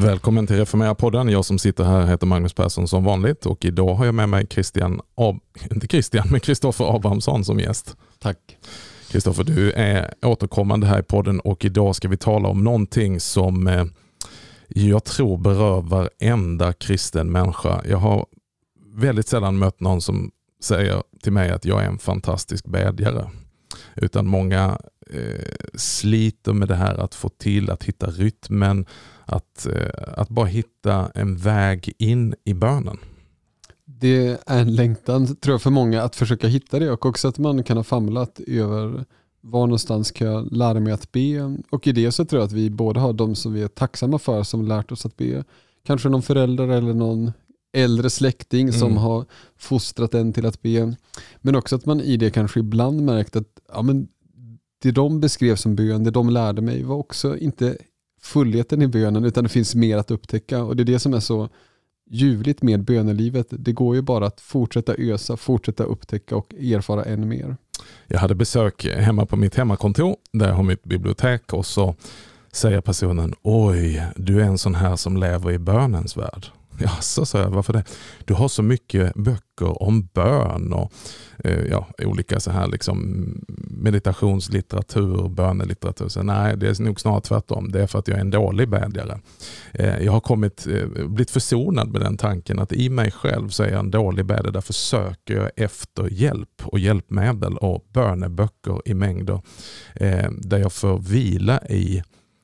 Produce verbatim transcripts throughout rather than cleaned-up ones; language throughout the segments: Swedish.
Välkommen till Reformera-podden. Jag som sitter här heter Magnus Persson som vanligt och idag har jag med mig Christian, Ab- inte Christian, men Kristoffer Abrahamsson som gäst. Tack. Kristoffer, du är återkommande här i podden och idag ska vi tala om någonting som eh, jag tror berör varenda kristen människa. Jag har väldigt sällan mött någon som säger till mig att jag är en fantastisk bedjare. Utan många eh, sliter med det här att få till, att hitta rytmen, att, eh, att bara hitta en väg in i bönen. Det är en längtan tror jag för många att försöka hitta det och också att man kan ha famlat över var någonstans kan jag lära mig att be. Och i det så tror jag att vi både har de som vi är tacksamma för som lärt oss att be. Kanske någon förälder eller någon äldre släkting som mm. har fostrat en till att be. Men också att man i det kanske ibland märkt att ja, men det de beskrev som bön, det de lärde mig var också inte fullheten i bönen utan det finns mer att upptäcka. Och det är det som är så ljuvligt med bönelivet. Det går ju bara att fortsätta ösa, fortsätta upptäcka och erfara ännu mer. Jag hade besök hemma på mitt hemmakontor där jag har mitt bibliotek och så säger personen, oj, du är en sån här som lever i bönens värld. Ja, så sa jag, varför det? Du har så mycket böcker om bön och eh, ja, olika så här liksom meditationslitteratur, bönelitteratur. Så nej, det är nog snarare tvärtom. Det är för att jag är en dålig bedjare. Eh, jag har kommit, eh, blivit försonad med den tanken att i mig själv så är jag en dålig bedjare. Därför söker jag efter hjälp och hjälpmedel och böneböcker i mängder. Eh, där jag får vila i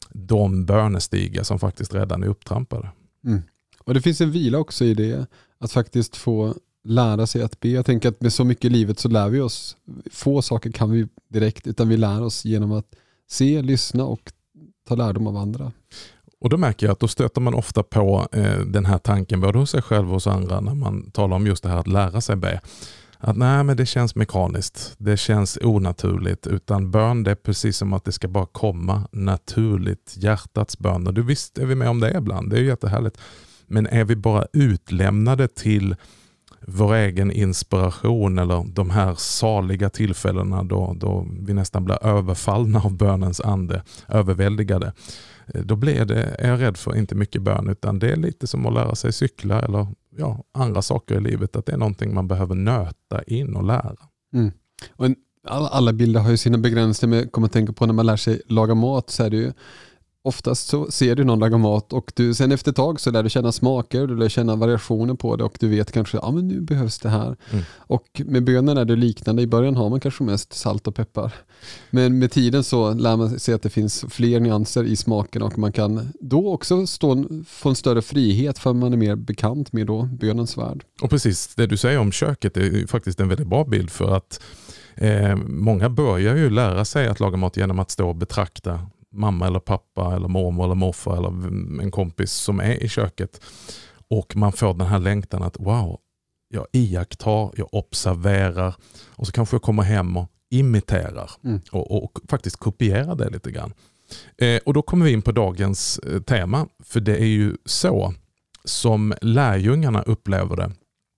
de bönestigar som faktiskt redan är upptrampade. Mm. Och det finns en vila också i det, att faktiskt få lära sig att be. Jag tänker att med så mycket i livet så lär vi oss, få saker kan vi direkt, utan vi lär oss genom att se, lyssna och ta lärdom av andra. Och då märker jag att då stöter man ofta på eh, den här tanken både hos sig själv och hos andra när man talar om just det här att lära sig be. Att nej, men det känns mekaniskt, det känns onaturligt, utan bön det är precis som att det ska bara komma naturligt, hjärtats bön. Och du visst är vi med om det ibland, det är ju jättehärligt. Men är vi bara utlämnade till vår egen inspiration eller de här saliga tillfällena då, då vi nästan blir överfallna av bönens ande, överväldigade, då blir det, är jag rädd för, inte mycket bön utan det är lite som att lära sig cykla eller ja, andra saker i livet, att det är någonting man behöver nöta in och lära. Mm. Och en, alla, alla bilder har ju sina begränsningar, men jag kommer att tänka på när man lär sig laga mat så är det ju oftast så ser du någon laga mat och du, sen efter ett tag så lär du känna smaker, du lär känna variationer på det och du vet kanske, ja men nu behövs det här. Mm. Och med bönen är det liknande. I början har man kanske mest salt och peppar. Men med tiden så lär man sig att det finns fler nyanser i smaken och man kan då också stå, få en större frihet för man är mer bekant med då bönens värld. Och precis, det du säger om köket är faktiskt en väldigt bra bild för att eh, många börjar ju lära sig att laga mat genom att stå och betrakta mamma eller pappa eller mormor eller morfar eller en kompis som är i köket och man får den här längtan att wow, jag iakttar, jag observerar och så kanske jag kommer hem och imiterar mm. och, och faktiskt kopierar det lite grann. Eh, och då kommer vi in på dagens eh, tema, för det är ju så som lärjungarna upplever det.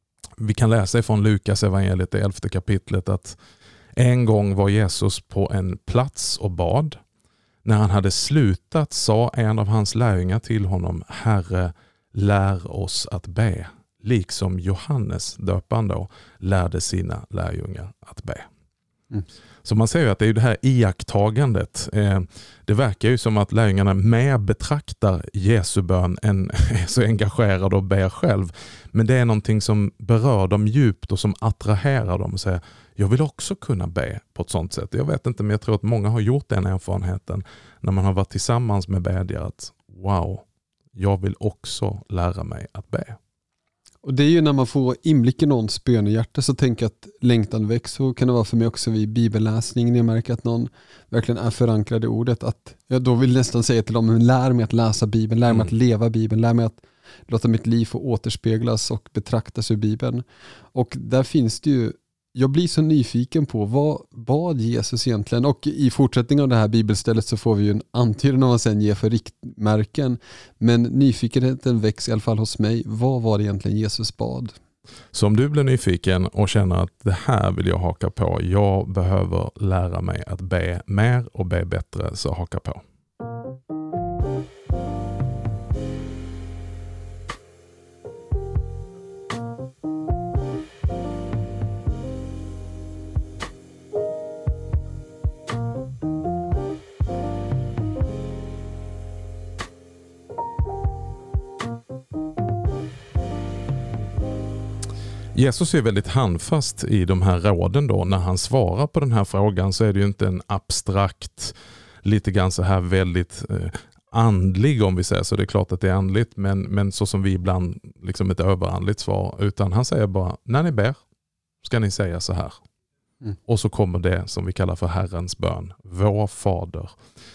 Vi kan läsa ifrån Lukas evangeliet i elfte kapitlet att en gång var Jesus på en plats och bad. När han hade slutat sa en av hans lärjungar till honom, Herre, lär oss att be, liksom Johannes döparen då lärde sina lärjungar att be. Mm. Så man ser ju att det är det här iakttagandet. Eh, det verkar ju som att lärjungarna mer betraktar Jesu bön än är så engagerade och ber själv. Men det är någonting som berör dem djupt och som attraherar dem och säger, jag vill också kunna be på ett sånt sätt. Jag vet inte, men jag tror att många har gjort den erfarenheten när man har varit tillsammans med bedjare att wow, jag vill också lära mig att be. Och det är ju när man får inblick i någons bönehjärta så tänker jag att längtan väcks. Så kan det vara för mig också vid bibelläsning när jag märker att någon verkligen är förankrad i ordet. Att jag då vill nästan säga till dem, lär mig att läsa Bibeln, lär mig mm. att leva Bibeln, lär mig att låta mitt liv få återspeglas och betraktas ur Bibeln. Och där finns det ju, jag blir så nyfiken på vad bad Jesus egentligen, och i fortsättning av det här bibelstället så får vi ju en antydan om vad sen ger för riktmärken, men nyfikenheten väcks i alla fall hos mig. Vad var det egentligen Jesus bad? Så om du blir nyfiken och känner att det här vill jag haka på, jag behöver lära mig att be mer och be bättre, så haka på. Jesus är väldigt handfast i de här råden då. När han svarar på den här frågan så är det ju inte en abstrakt, lite grann så här väldigt eh, andlig om vi säger så. Det är klart att det är andligt, men, men så som vi ibland liksom ett överandligt svar. Utan han säger bara, när ni ber ska ni säga så här. Mm. Och så kommer det som vi kallar för Herrens bön. Vår Fader,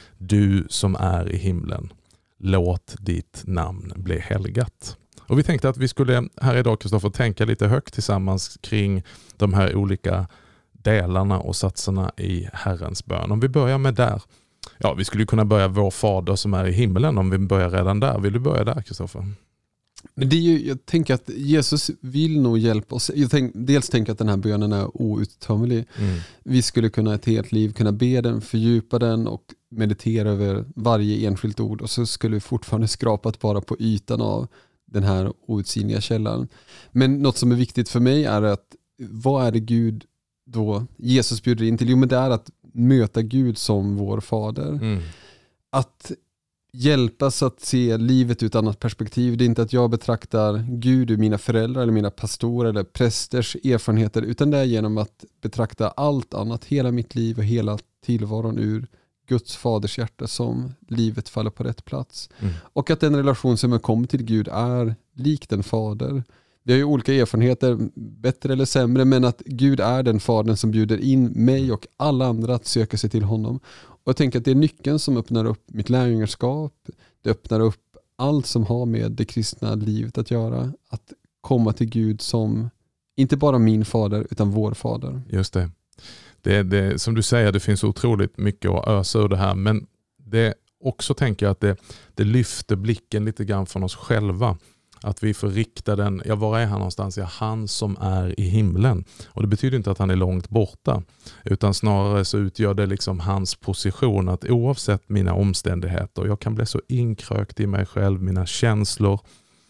du som är i himlen, låt ditt namn bli helgat. Och vi tänkte att vi skulle här idag, Kristoffer, tänka lite högt tillsammans kring de här olika delarna och satserna i Herrens bön. Om vi börjar med där. Ja, vi skulle kunna börja vår Fader som är i himlen om vi börjar redan där. Vill du börja där, Kristoffer? Men det är ju, jag tänker att Jesus vill nog hjälpa oss. Jag tänk, dels tänker jag att den här bönen är outtömlig. Mm. Vi skulle kunna ett helt liv kunna be den, fördjupa den och meditera över varje enskilt ord. Och så skulle vi fortfarande skrapat bara på ytan av den här outsinliga källan. Men något som är viktigt för mig är att vad är det Gud då Jesus bjuder in till? Jo, men det är att möta Gud som vår fader. Mm. Att hjälpas att se livet ur ett annat perspektiv. Det är inte att jag betraktar Gud ur mina föräldrar eller mina pastorer eller prästers erfarenheter, utan det är genom att betrakta allt annat, hela mitt liv och hela tillvaron ur Guds faders hjärta som livet faller på rätt plats. Mm. Och att den relation som jag kommer till Gud är lik den fader. Vi har ju olika erfarenheter, bättre eller sämre, men att Gud är den fadern som bjuder in mig och alla andra att söka sig till honom. Och jag tänker att det är nyckeln som öppnar upp mitt lärjungarskap. Det öppnar upp allt som har med det kristna livet att göra. Att komma till Gud som inte bara min fader utan vår fader. Just det. Det, det som du säger, det finns otroligt mycket att ösa ur det här. Men det också tänker jag att det, det lyfter blicken lite grann från oss själva. Att vi får rikta den, ja, var är han någonstans? Ja, han som är i himlen. Och det betyder inte att han är långt borta. Utan snarare så utgör det liksom hans position att oavsett mina omständigheter, jag kan bli så inkrökt i mig själv, mina känslor,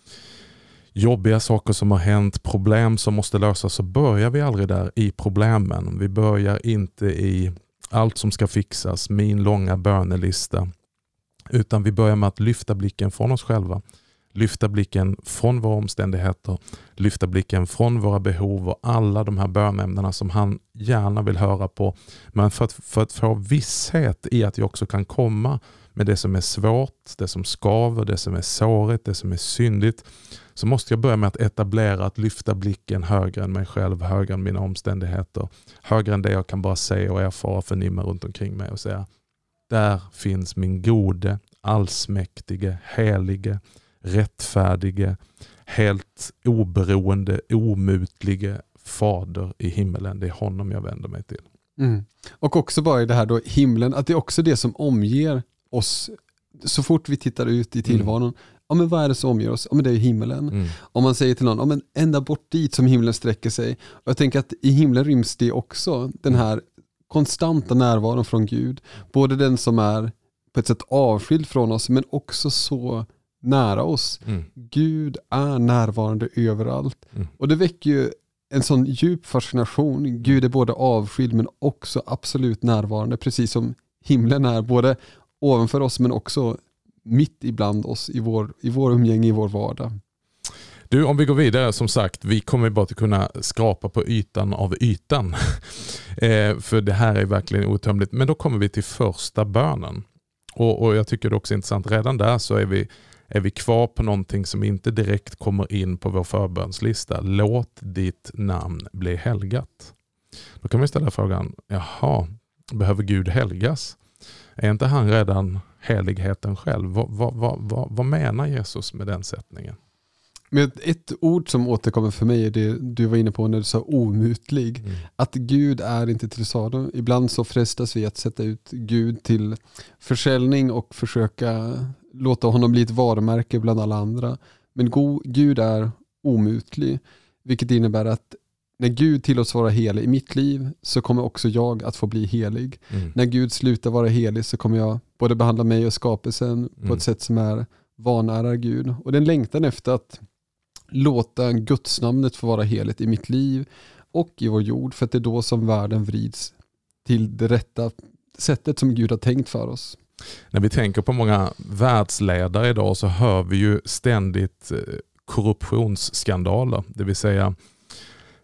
jobbiga saker som har hänt, problem som måste lösas, så börjar vi aldrig där i problemen. Vi börjar inte i allt som ska fixas, min långa bönelista. Utan vi börjar med att lyfta blicken från oss själva. Lyfta blicken från våra omständigheter, lyfta blicken från våra behov och alla de här bönämnena som han gärna vill höra på. Men för att, för att få visshet i att jag också kan komma med det som är svårt, det som skaver, det som är sårigt, det som är syndigt, så måste jag börja med att etablera att lyfta blicken högre än mig själv, högre än mina omständigheter, högre än det jag kan bara se och erfara, förnimma runt omkring mig och säga, där finns min gode, allsmäktige, helige, rättfärdige, helt oberoende, omutlige fader i himmelen. Det är honom jag vänder mig till. Mm. Och också bara i det här då, himlen, att det är också det som omger oss så fort vi tittar ut i tillvaron. Mm. Ja, men vad är det som omger oss? Ja, men det är himlen. Mm. Om man säger till någon, ja, men ända bort dit som himlen sträcker sig. Och jag tänker att i himlen ryms det också den här konstanta närvaron från Gud. Både den som är på ett sätt avskild från oss, men också så nära oss. Mm. Gud är närvarande överallt. Mm. Och det väcker ju en sån djup fascination. Gud är både avskild men också absolut närvarande. Precis som himlen är både ovanför oss men också mitt ibland oss i vår, i vår umgänge, i vår vardag. Du, om vi går vidare, som sagt, vi kommer bara att kunna skrapa på ytan av ytan. eh, för det här är verkligen otömligt. Men då kommer vi till första bönen. Och, och jag tycker det också är intressant. Redan där så är vi Är vi kvar på någonting som inte direkt kommer in på vår förbönslista? Låt ditt namn bli helgat. Då kan vi ställa frågan, jaha, behöver Gud helgas? Är inte han redan heligheten själv? Vad, vad, vad, vad, vad menar Jesus med den sättningen? Men ett ord som återkommer för mig är det du var inne på när du sa omutlig. Mm. Att Gud är inte till salu. Ibland så frestas vi att sätta ut Gud till försäljning och försöka låta honom bli ett varumärke bland alla andra. Men go- Gud är omutlig. Vilket innebär att när Gud tillåts vara helig i mitt liv så kommer också jag att få bli helig. Mm. När Gud slutar vara helig så kommer jag både behandla mig och skapelsen mm. på ett sätt som är vanärar Gud. Och den längtan efter att låta Guds namnet få vara heligt i mitt liv och i vår jord, för att det är då som världen vrids till det rätta sättet som Gud har tänkt för oss. När vi tänker på många världsledare idag så hör vi ju ständigt korruptionsskandaler. Det vill säga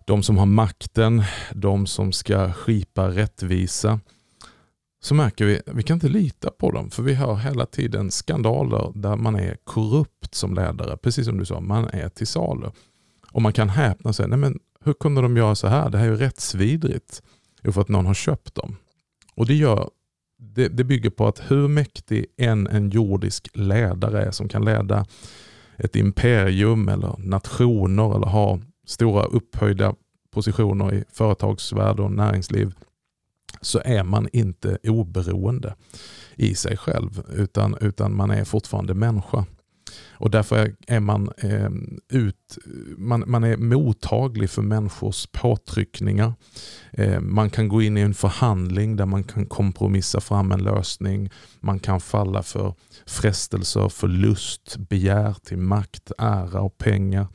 de som har makten, de som ska skipa rättvisa, så märker vi att vi kan inte lita på dem. För vi hör hela tiden skandaler där man är korrupt som ledare. Precis som du sa, man är till salu. Och man kan häpna och säga, nej men hur kunde de göra så här? Det här är ju rättsvidrigt. Jo, för att någon har köpt dem. Och det, gör, det, det bygger på att hur mäktig en, en jordisk ledare är som kan leda ett imperium eller nationer eller ha stora upphöjda positioner i företagsvärld och näringsliv, så är man inte oberoende i sig själv utan, utan man är fortfarande människa. Och därför är man, eh, ut, man, man är mottaglig för människors påtryckningar. Eh, man kan gå in i en förhandling där man kan kompromissa fram en lösning. Man kan falla för frestelser, för lust, begär till makt, ära och pengar.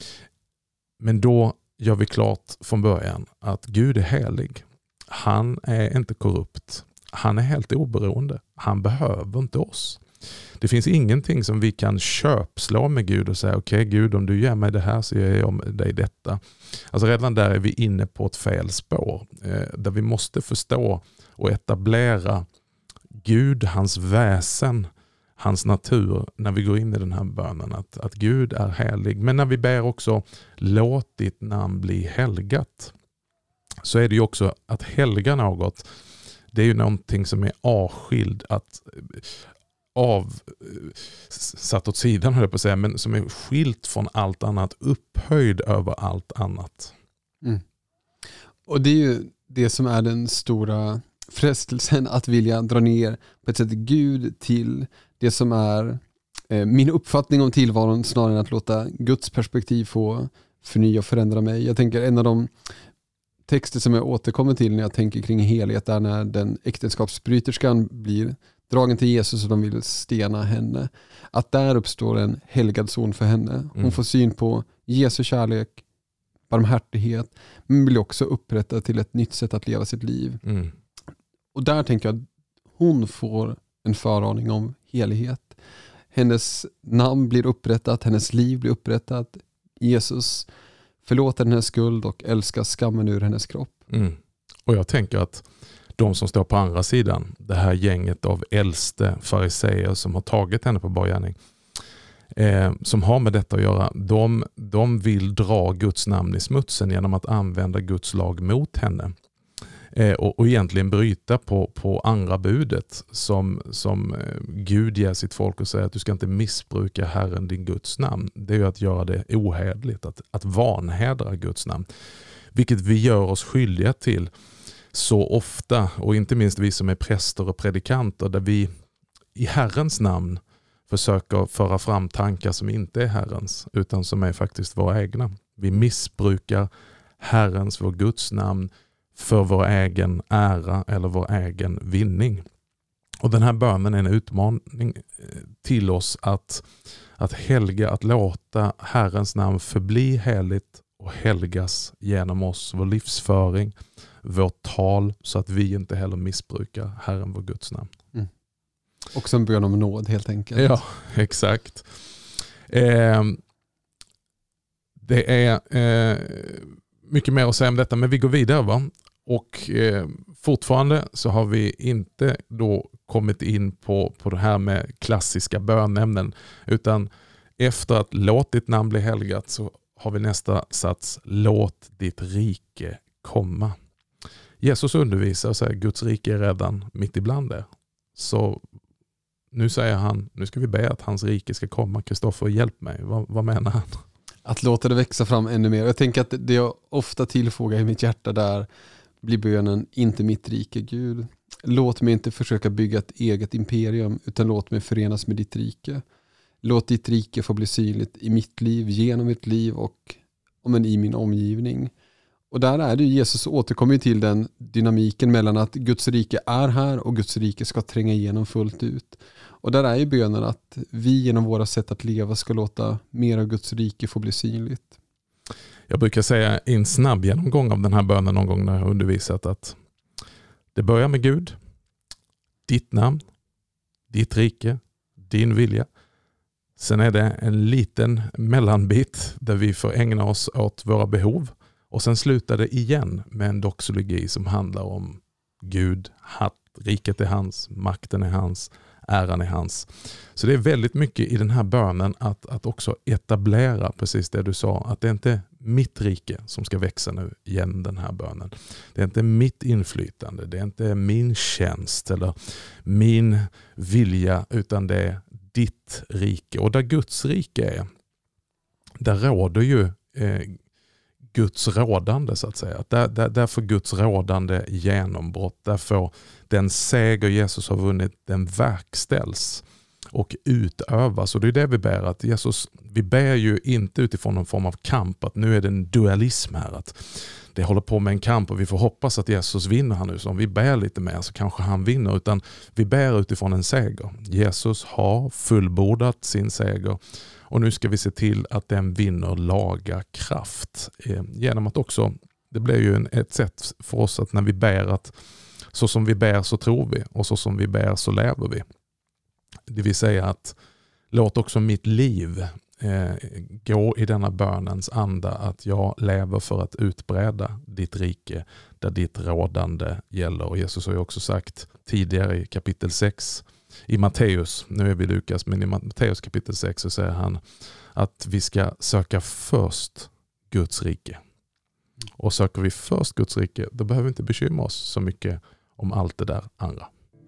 Men då gör vi klart från början att Gud är helig. Han är inte korrupt. Han är helt oberoende. Han behöver inte oss. Det finns ingenting som vi kan köpslå med Gud och säga okej okay, Gud, om du ger mig det här så ger jag dig detta. Alltså redan där är vi inne på ett fel spår eh, där vi måste förstå och etablera Gud, hans väsen, hans natur när vi går in i den här bönen. Att, att Gud är helig. Men när vi ber också låt ditt namn bli helgat, så är det ju också att helga något. Det är ju någonting som är avskild, att av satt åt sidan höll jag på att säga, men som är skilt från allt annat, upphöjd över allt annat. Mm. Och det är ju det som är den stora frestelsen, att vilja dra ner på ett sätt Gud till det som är eh, min uppfattning om tillvaron, snarare än att låta Guds perspektiv få förnya och förändra mig. Jag tänker en av de texter som jag återkommer till när jag tänker kring helhet är när den äktenskapsbryterskan blir dragen till Jesus och de vill stena henne. Att där uppstår en helgad zon för henne. Hon mm. får syn på Jesu kärlek, barmhärtighet, men vill också upprätta till ett nytt sätt att leva sitt liv. Mm. Och där tänker jag att hon får en föraning om helighet. Hennes namn blir upprättat, hennes liv blir upprättat. Jesus förlåter hennes skuld och älskar skammen ur hennes kropp. Mm. Och jag tänker att de som står på andra sidan, det här gänget av äldste fariseer som har tagit henne på bar gärning, eh, som har med detta att göra, de, de vill dra Guds namn i smutsen genom att använda Guds lag mot henne. Eh, och, och egentligen bryta på, på andra budet som, som eh, Gud ger sitt folk och säger att du ska inte missbruka Herren din Guds namn. Det är ju att göra det ohederligt, att, att vanhedra Guds namn. Vilket vi gör oss skyldiga till så ofta, och inte minst vi som är präster och predikanter, där vi i Herrens namn försöker föra fram tankar som inte är Herrens utan som är faktiskt våra egna. Vi missbrukar Herrens, vår Guds namn, för vår egen ära eller vår egen vinning. Och den här bönen är en utmaning till oss att, att helga, att låta Herrens namn förbli heligt och helgas genom oss, vår livsföring, vårt tal, så att vi inte heller missbrukar Herren, vår Guds namn. Mm. Och en bön om nåd helt enkelt. Ja, exakt. Eh, det är eh, mycket mer att säga om detta, men vi går vidare va? Och eh, fortfarande så har vi inte då kommit in på, på det här med klassiska bönämnen, utan efter att låt ditt namn bli helgat så har vi nästa sats, låt ditt rike komma. Jesus undervisar och säger Guds rike är redan mitt ibland det. Så nu säger han, nu ska vi be att hans rike ska komma. Kristoffer, hjälp mig. Vad, vad menar han? Att låta det växa fram ännu mer. Jag tänker att det jag ofta tillfogar i mitt hjärta där blir bönen, inte mitt rike Gud. Låt mig inte försöka bygga ett eget imperium, utan låt mig förenas med ditt rike. Låt ditt rike få bli synligt i mitt liv, genom mitt liv och men, i min omgivning. Och där är det ju, Jesus återkommer till den dynamiken mellan att Guds rike är här och Guds rike ska tränga igenom fullt ut. Och där är ju bönen att vi genom våra sätt att leva ska låta mer av Guds rike få bli synligt. Jag brukar säga i en snabb genomgång av den här bönen någon gång när jag har undervisat att det börjar med Gud, ditt namn, ditt rike, din vilja. Sen är det en liten mellanbit där vi får ägna oss åt våra behov. Och sen slutar det igen med en doxologi som handlar om Gud, att riket är hans, makten är hans, äran är hans. Så det är väldigt mycket i den här bönen att, att också etablera precis det du sa, att det är inte mitt rike som ska växa nu igen den här bönen. Det är inte mitt inflytande, det är inte min tjänst eller min vilja, utan det är ditt rike. Och där Guds rike är, där råder ju eh, Guds rådande så att säga. Där, där, där får Guds rådande genombrott. Där får den seger Jesus har vunnit, den verkställs och utövas. Och det är det vi ber, att Jesus, vi ber ju inte utifrån någon form av kamp, att nu är det en dualism här, att det håller på med en kamp och vi får hoppas att Jesus vinner här nu. Så om vi ber lite mer så kanske han vinner, utan vi ber utifrån en seger. Jesus har fullbordat sin seger. Och nu ska vi se till att den vinner laga kraft. Eh, genom att också, det blir ju en, ett sätt för oss att när vi ber att så som vi ber så tror vi och så som vi ber så lever vi. Det vill säga att låt också mitt liv eh, gå i denna bönens anda, att jag lever för att utbreda ditt rike där ditt rådande gäller. Och Jesus har ju också sagt tidigare i kapitel sex i Matteus, nu är vi Lukas, men i Matteus kapitel sex så säger han att vi ska söka först Guds rike. Och söker vi först Guds rike, då behöver vi inte bekymra oss så mycket om allt det där andra.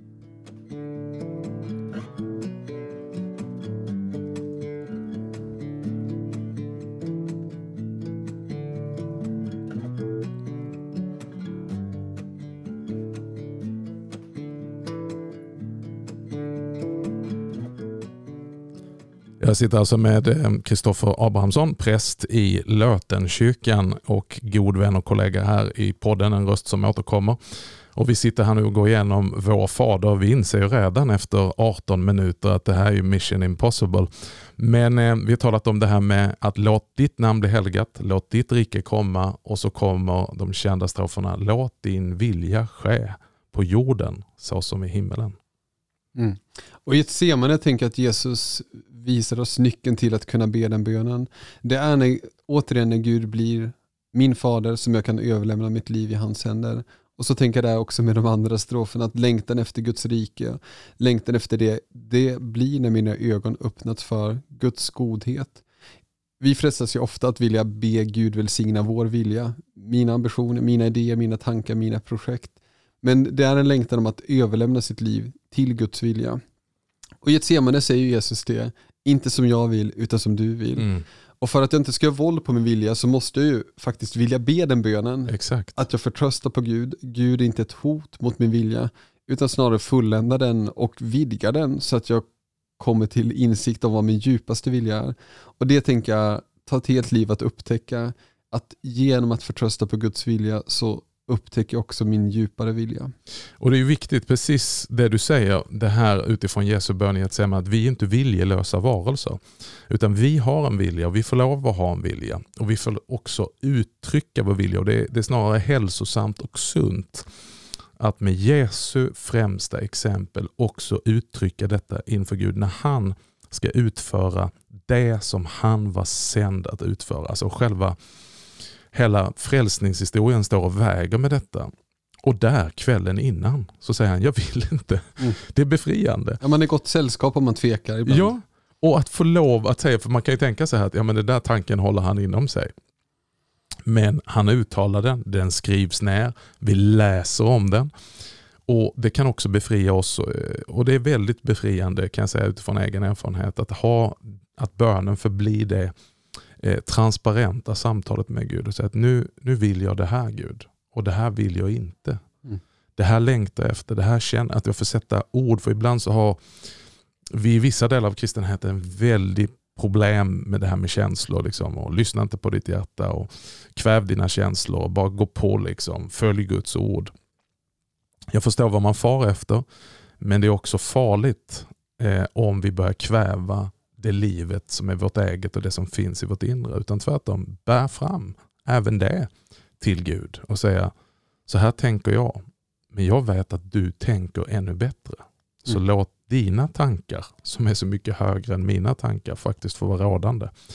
Jag sitter alltså med Kristoffer Abrahamsson, präst i Lötenkyrkan och god vän och kollega här i podden En röst som återkommer. Och vi sitter här nu och går igenom Vår Fader. Vi inser ju redan efter arton minuter att det här är mission impossible. Men eh, vi har talat om det här med att låt ditt namn bli helgat, låt ditt rike komma, och så kommer de kända stroferna: låt din vilja ske på jorden så som i himmelen. Mm. Och i ett semane tänker jag att Jesus visar oss nyckeln till att kunna be den bönen. Det är när, återigen när Gud blir min fader som jag kan överlämna mitt liv i hans händer. Och så tänker jag där också med de andra stroferna, att längtan efter Guds rike, längtan efter det, det blir när mina ögon öppnats för Guds godhet. Vi frestas ju ofta att vilja be Gud välsigna vår vilja, mina ambitioner, mina idéer, mina tankar, mina projekt. Men det är en längtan om att överlämna sitt liv till Guds vilja. Och i ett semane säger Jesus det, inte som jag vill utan som du vill. Mm. Och för att jag inte ska ha våld på min vilja så måste jag ju faktiskt vilja be den bönen. Exakt. Att jag förtröstar på Gud. Gud är inte ett hot mot min vilja, utan snarare fulländar den och vidgar den så att jag kommer till insikt om vad min djupaste vilja är. Och det tänker jag ta ett helt liv att upptäcka, att genom att förtrösta på Guds vilja så upptäcker också min djupare vilja. Och det är ju viktigt, precis det du säger, det här utifrån Jesu bön i att säga att vi inte viljelösa varelser, utan vi har en vilja och vi får lov att ha en vilja och vi får också uttrycka vår vilja, och det är, det är snarare hälsosamt och sunt att med Jesu främsta exempel också uttrycka detta inför Gud när han ska utföra det som han var sänd att utföra. Alltså själva hela frälsningshistorien står och väger med detta. Och där kvällen innan så säger han, jag vill inte. Mm. Det är befriande. Ja, man är gott sällskap om man tvekar ibland. Ja, och att få lov att säga, för man kan ju tänka sig att ja, men den där tanken håller han inom sig. Men han uttalar den, den skrivs ner, vi läser om den. Och det kan också befria oss, och det är väldigt befriande kan jag säga utifrån egen erfarenhet, att ha att bönen förblir det eh, transparenta samtalet med Gud och säga att nu, nu vill jag det här, Gud, och det här vill jag inte. Mm. Det här längtar efter, det här känner att jag får sätta ord, för ibland så har vi i vissa delar av kristenheten en väldigt problem med det här med känslor liksom, och lyssna inte på ditt hjärta och kväv dina känslor och bara gå på liksom, följ Guds ord. Jag förstår vad man far efter, men det är också farligt eh, om vi börjar kväva det livet som är vårt eget och det som finns i vårt inre, utan tvärtom bär fram även det till Gud och säga, så här tänker jag, men jag vet att du tänker ännu bättre. Så mm. låt dina tankar, som är så mycket högre än mina tankar, faktiskt få vara rådande.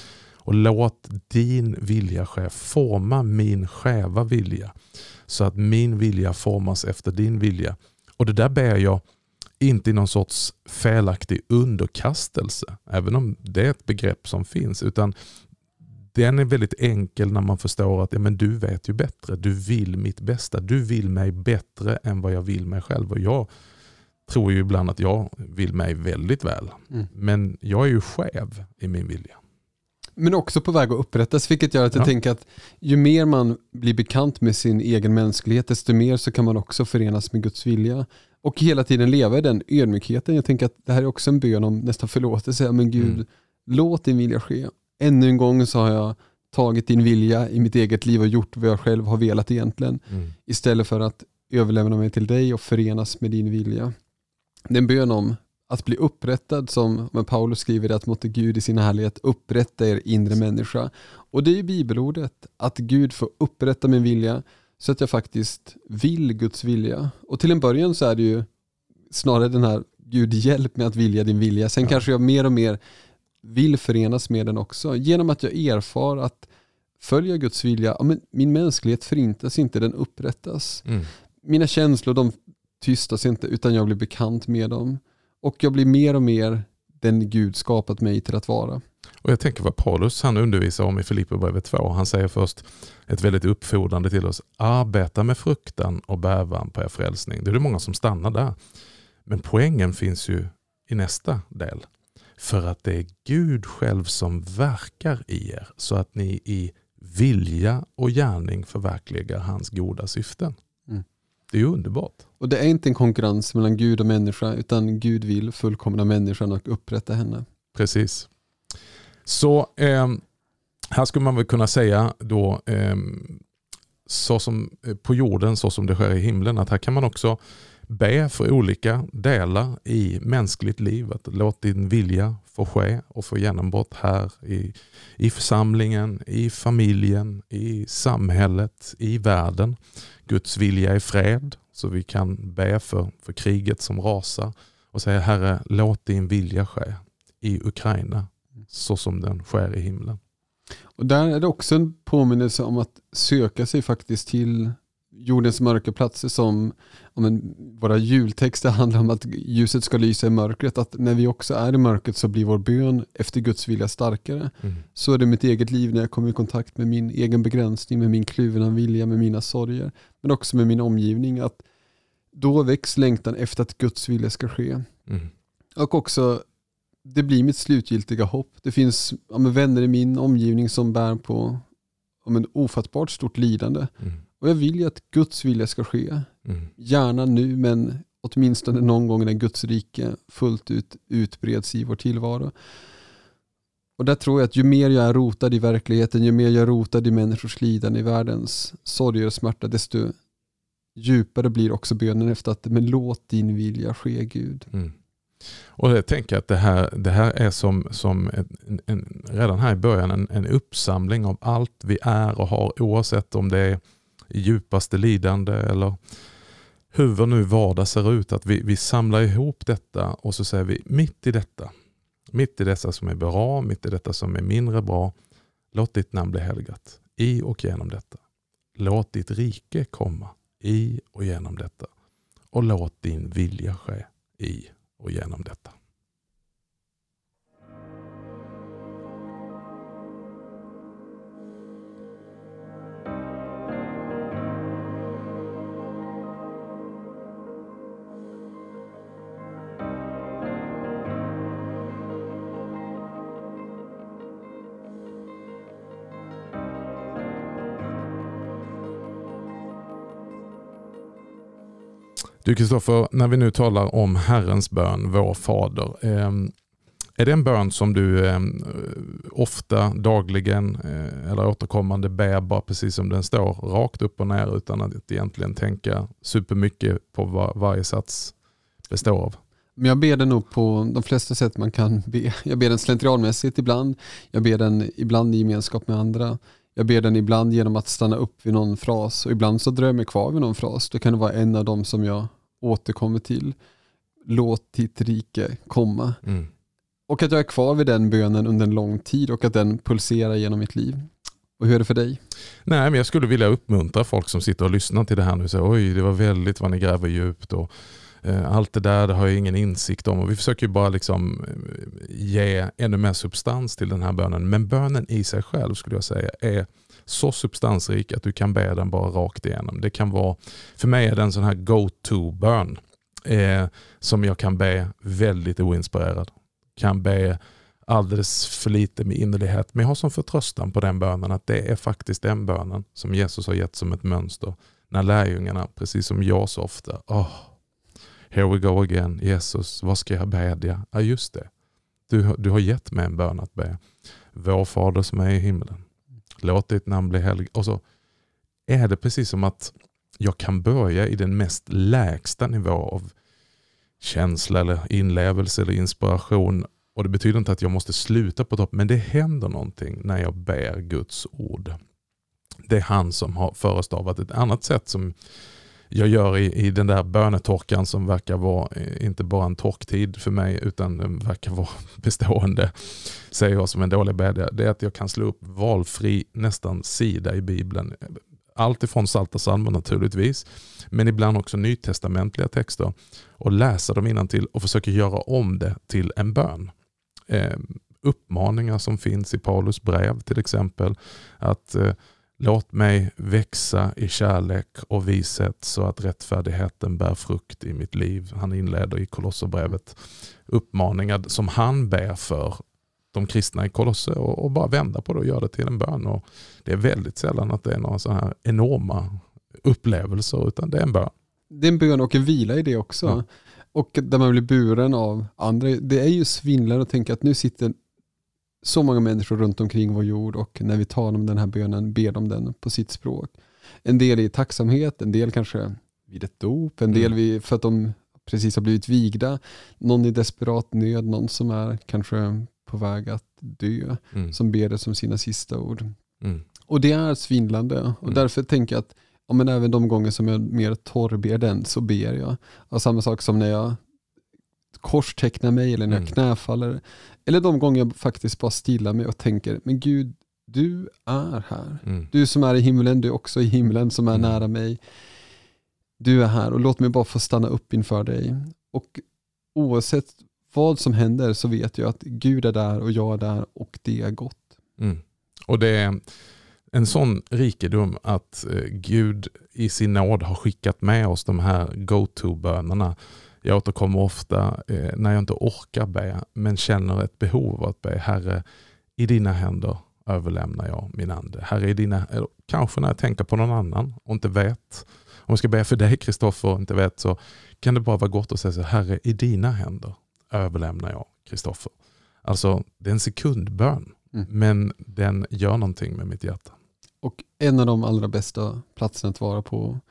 Och låt din vilja ske, forma min skäva vilja. Så att min vilja formas efter din vilja. Och det där ber jag inte i någon sorts felaktig underkastelse. Även om det är ett begrepp som finns. Utan den är väldigt enkel när man förstår att ja, men du vet ju bättre. Du vill mitt bästa. Du vill mig bättre än vad jag vill mig själv. Och jag tror ju ibland att jag vill mig väldigt väl. Mm. Men jag är ju skev i min vilja. Men också på väg att upprättas, vilket gör att jag ja. tänker att ju mer man blir bekant med sin egen mänsklighet, desto mer så kan man också förenas med Guds vilja. Och hela tiden leva i den ödmjukheten. Jag tänker att det här är också en bön om nästan förlåtelse. Men Gud, mm. låt din vilja ske. Ännu en gång så har jag tagit din vilja i mitt eget liv och gjort vad jag själv har velat egentligen. Mm. Istället för att överlämna mig till dig och förenas med din vilja. Det är en bön om att bli upprättad, som Paulus skriver, att måtte Gud i sin härlighet upprätta er inre människa. Och det är ju bibelordet, att Gud får upprätta min vilja så att jag faktiskt vill Guds vilja. Och till en början så är det ju snarare den här Gud, hjälp mig att vilja din vilja. Sen ja. kanske jag mer och mer vill förenas med den också. Genom att jag erfar att följa Guds vilja, ja, men min mänsklighet förintas inte, den upprättas. Mm. Mina känslor, de tystas inte, utan jag blir bekant med dem. Och jag blir mer och mer den Gud skapat mig till att vara. Och jag tänker vad Paulus han undervisar om i Filipperbrevet två. Han säger först ett väldigt uppfordrande till oss. Arbeta med fruktan och bävan på er frälsning. Det är det många som stannar där. Men poängen finns ju i nästa del. För att det är Gud själv som verkar i er. Så att ni i vilja och gärning förverkligar hans goda syften. Mm. Det är ju underbart. Och det är inte en konkurrens mellan Gud och människa, utan Gud vill fullkomna människan och upprätta henne. Precis. Så eh, här skulle man väl kunna säga då eh, så som på jorden så som det sker i himlen, att här kan man också be för olika delar i mänskligt liv, att låt din vilja få ske och få genombrott här i, i församlingen, i familjen, i samhället, i världen. Guds vilja är fred, så vi kan be för, för kriget som rasar och säga Herre, låt din vilja ske i Ukraina så som den sker i himlen. Och där är det också en påminnelse om att söka sig faktiskt till jordens mörka platser, som om en, våra jultexter handlar om att ljuset ska lysa i mörkret, att när vi också är i mörkret så blir vår bön efter Guds vilja starkare. Mm. Så är det mitt eget liv när jag kommer i kontakt med min egen begränsning, med min kluvna vilja, med mina sorger, men också med min omgivning, att då väcks längtan efter att Guds vilja ska ske. Mm. Och också det blir mitt slutgiltiga hopp. Det finns ja, vänner i min omgivning som bär på ja, en ofattbart stort lidande. Mm. Och jag vill ju att Guds vilja ska ske. Mm. Gärna nu, men åtminstone någon gång när Guds rike fullt ut utbreds i vår tillvaro. Och där tror jag att ju mer jag är rotad i verkligheten, ju mer jag är rotad i människors lidande, i världens sorger och smärta, desto djupare blir också bönen efter att men låt din vilja ske, Gud. Mm. Och jag tänker att det här, det här är som, som en, en, redan här i början en, en uppsamling av allt vi är och har, oavsett om det är djupaste lidande eller hur nu vardag ser ut, att vi, vi samlar ihop detta och så säger vi mitt i detta, mitt i detta som är bra, mitt i detta som är mindre bra, låt ditt namn bli helgat i och genom detta. Låt ditt rike komma i och genom detta. Och låt din vilja ske i och genom detta. Du Kristoffer, när vi nu talar om Herrens bön, vår fader, eh, är det en bön som du eh, ofta, dagligen eh, eller återkommande ber bara precis som den står, rakt upp och ner utan att egentligen tänka supermycket på vad varje sats består av? Men jag ber den nog på de flesta sätt man kan be. Jag ber den slentrianmässigt ibland, jag ber den ibland i gemenskap med andra. Jag ber den ibland genom att stanna upp vid någon fras, och ibland så drömmer jag kvar vid någon fras. Det kan vara en av dem som jag återkommer till. Låt ditt rike komma. Mm. Och att jag är kvar vid den bönen under en lång tid och att den pulserar genom mitt liv. Och hur är det för dig? Nej, men jag skulle vilja uppmuntra folk som sitter och lyssnar till det här nu och säger oj, det var väldigt vad ni gräver djupt och eh, allt det där det har jag ingen insikt om. Och vi försöker ju bara liksom ge ännu mer substans till den här bönen. Men bönen i sig själv skulle jag säga är så substansrik att du kan be den bara rakt igenom. Det kan vara, för mig är det en sån här go-to-bön eh, som jag kan be väldigt oinspirerad. Kan be alldeles för lite med innerlighet. Men jag har som förtröstan på den bönen att det är faktiskt den bönen som Jesus har gett som ett mönster. När lärjungarna, precis som jag så ofta, oh, here we go again, Jesus, vad ska jag bedja? Ja, just det. Du, du har gett mig en bön att be. Vår Fader som är i himlen. Låt ditt namn bli helg. Och så är det precis som att jag kan börja i den mest lägsta nivå av känsla eller inlevelse eller inspiration. Och det betyder inte att jag måste sluta på topp, men det händer någonting när jag ber Guds ord. Det är han som har förestavat ett annat sätt som jag gör i, i den där bönetorkan som verkar vara inte bara en torktid för mig utan den verkar vara bestående, säger jag som en dålig bedjare. Det är att jag kan slå upp valfri nästan sida i Bibeln. Allt ifrån Psalter psalmer naturligtvis, men ibland också nytestamentliga texter och läsa dem innantill och försöka göra om det till en bön. Eh, uppmaningar som finns i Paulus brev till exempel, att eh, låt mig växa i kärlek och vishet så att rättfärdigheten bär frukt i mitt liv. Han inleder i Kolosserbrevet uppmaningar som han ber för de kristna i Kolosse och, och bara vända på det och göra det till en bön. Och det är väldigt sällan att det är några så här enorma upplevelser utan det är en bön. Det är en bön och en vila i det också. Ja. Och där man blir buren av andra. Det är ju svindlande att tänka att nu sitter så många människor runt omkring vår jord och när vi talar om den här bönen ber de den på sitt språk. En del i tacksamhet, en del kanske vid ett dop, en del mm. vid, för att de precis har blivit vigda, någon i desperat nöd, någon som är kanske på väg att dö, mm. som ber det som sina sista ord. Mm. Och det är svindlande och mm. därför tänker jag att ja, men även de gånger som jag mer torrber den så ber jag. Och samma sak som när jag korstecknar mig eller när jag mm. knäfaller. Eller de gånger jag faktiskt bara stillar mig och tänker, men Gud, du är här. Mm. Du som är i himlen, du är också i himlen som är mm. nära mig. Du är här och låt mig bara få stanna upp inför dig. Och oavsett vad som händer så vet jag att Gud är där och jag är där och det är gott. Mm. Och det är en sån rikedom att Gud i sin nåd har skickat med oss de här go-to-bönerna. Jag återkommer ofta eh, när jag inte orkar be men känner ett behov av att be. Herre, i dina händer överlämnar jag min ande. Herre, i dina, eller kanske när jag tänker på någon annan och inte vet. Om jag ska be för dig, Kristoffer, och inte vet så kan det bara vara gott att säga så. Herre, i dina händer överlämnar jag Kristoffer. Alltså, det är en sekundbön. Mm. Men den gör någonting med mitt hjärta. Och en av de allra bästa platserna att vara på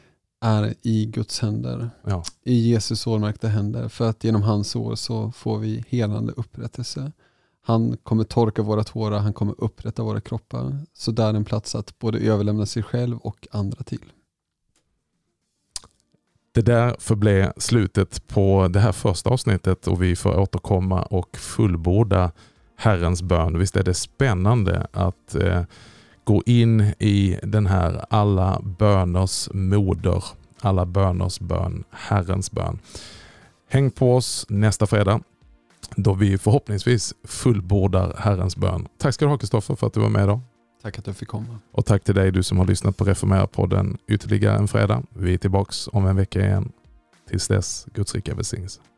är i Guds händer. Ja. I Jesus sårmärkta händer. För att genom hans sår så får vi helande upprättelse. Han kommer torka våra tårar. Han kommer upprätta våra kroppar. Så där är en plats att både överlämna sig själv och andra till. Det där får bli slutet på det här första avsnittet. Och vi får återkomma och fullborda Herrens bön. Visst är det spännande att eh, gå in i den här alla böners moder, alla böners bön, Herrens bön. Häng på oss nästa fredag då vi förhoppningsvis fullbordar Herrens bön. Tack ska du ha, Kristoffer, för att du var med idag. Tack att du fick komma. Och tack till dig, du som har lyssnat på Reformera-podden ytterligare en fredag. Vi är tillbaka om en vecka igen. Tills dess, Guds rika välsignelse.